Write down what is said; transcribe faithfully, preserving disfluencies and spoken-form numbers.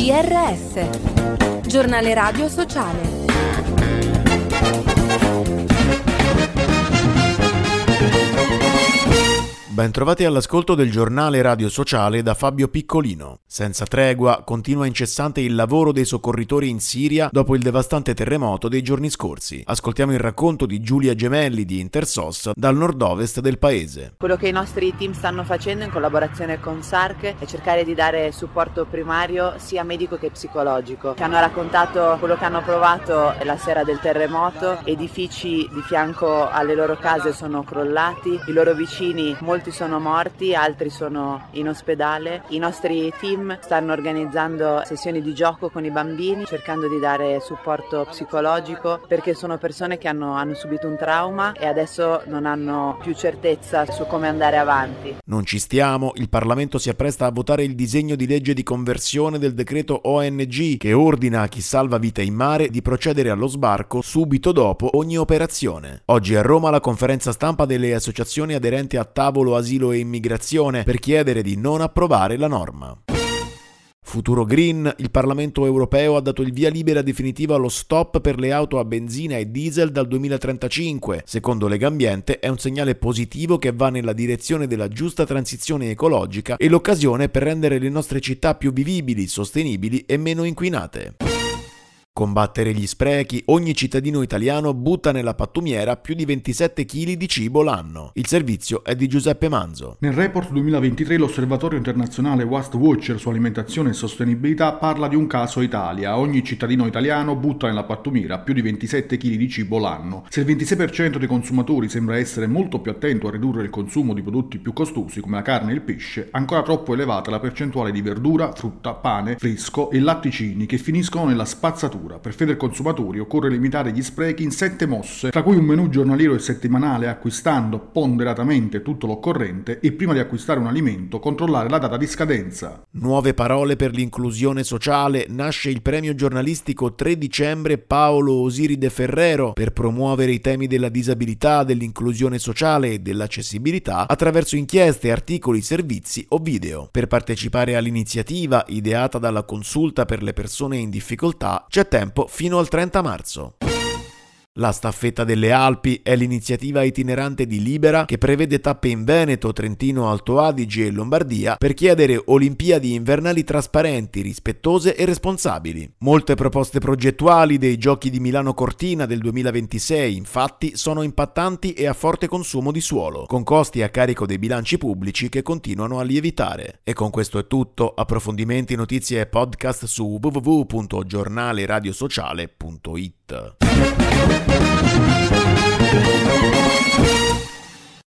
G R S, giornale radio sociale. Bentrovati all'ascolto del giornale radio sociale da Fabio Piccolino. Senza tregua continua incessante il lavoro dei soccorritori in Siria dopo il devastante terremoto dei giorni scorsi. Ascoltiamo il racconto di Giulia Gemelli di Intersos dal nord-ovest del paese. Quello che i nostri team stanno facendo in collaborazione con S A R C è cercare di dare supporto primario sia medico che psicologico. Ci hanno raccontato quello che hanno provato la sera del terremoto, edifici di fianco alle loro case sono crollati, i loro vicini molti sono morti, altri sono in ospedale. I nostri team stanno organizzando sessioni di gioco con i bambini, cercando di dare supporto psicologico perché sono persone che hanno, hanno subito un trauma e adesso non hanno più certezza su come andare avanti. Non ci stiamo, il Parlamento si appresta a votare il disegno di legge di conversione del decreto O N G che ordina a chi salva vite in mare di procedere allo sbarco subito dopo ogni operazione. Oggi a Roma la conferenza stampa delle associazioni aderenti a Tavolo Asilo e Immigrazione per chiedere di non approvare la norma. Futuro Green, il Parlamento europeo ha dato il via libera definitivo allo stop per le auto a benzina e diesel dal duemilatrentacinque. Secondo Legambiente è un segnale positivo che va nella direzione della giusta transizione ecologica e l'occasione per rendere le nostre città più vivibili, sostenibili e meno inquinate. Combattere gli sprechi, ogni cittadino italiano butta nella pattumiera più di ventisette chili di cibo l'anno. Il servizio è di Giuseppe Manzo. Nel report duemilaventitré l'osservatorio internazionale Waste Watcher su alimentazione e sostenibilità parla di un caso Italia. Ogni cittadino italiano butta nella pattumiera più di ventisette chili di cibo l'anno. Se il ventisei per cento dei consumatori sembra essere molto più attento a ridurre il consumo di prodotti più costosi come la carne e il pesce, ancora troppo elevata la percentuale di verdura, frutta, pane, fresco e latticini che finiscono nella spazzatura. Per Feder Consumatori occorre limitare gli sprechi in sette mosse, tra cui un menù giornaliero e settimanale acquistando ponderatamente tutto l'occorrente e prima di acquistare un alimento controllare la data di scadenza. Nuove parole per l'inclusione sociale, nasce il premio giornalistico tre dicembre Paolo Osiride Ferrero per promuovere i temi della disabilità, dell'inclusione sociale e dell'accessibilità attraverso inchieste, articoli, servizi o video. Per partecipare all'iniziativa ideata dalla Consulta per le persone in difficoltà c'è tempo fino al trenta marzo. La staffetta delle Alpi è l'iniziativa itinerante di Libera che prevede tappe in Veneto, Trentino, Alto Adige e Lombardia per chiedere Olimpiadi invernali trasparenti, rispettose e responsabili. Molte proposte progettuali dei Giochi di Milano Cortina del duemilaventisei, infatti, sono impattanti e a forte consumo di suolo, con costi a carico dei bilanci pubblici che continuano a lievitare. E con questo è tutto. Approfondimenti, notizie e podcast su w w w punto giornale radio sociale punto i t.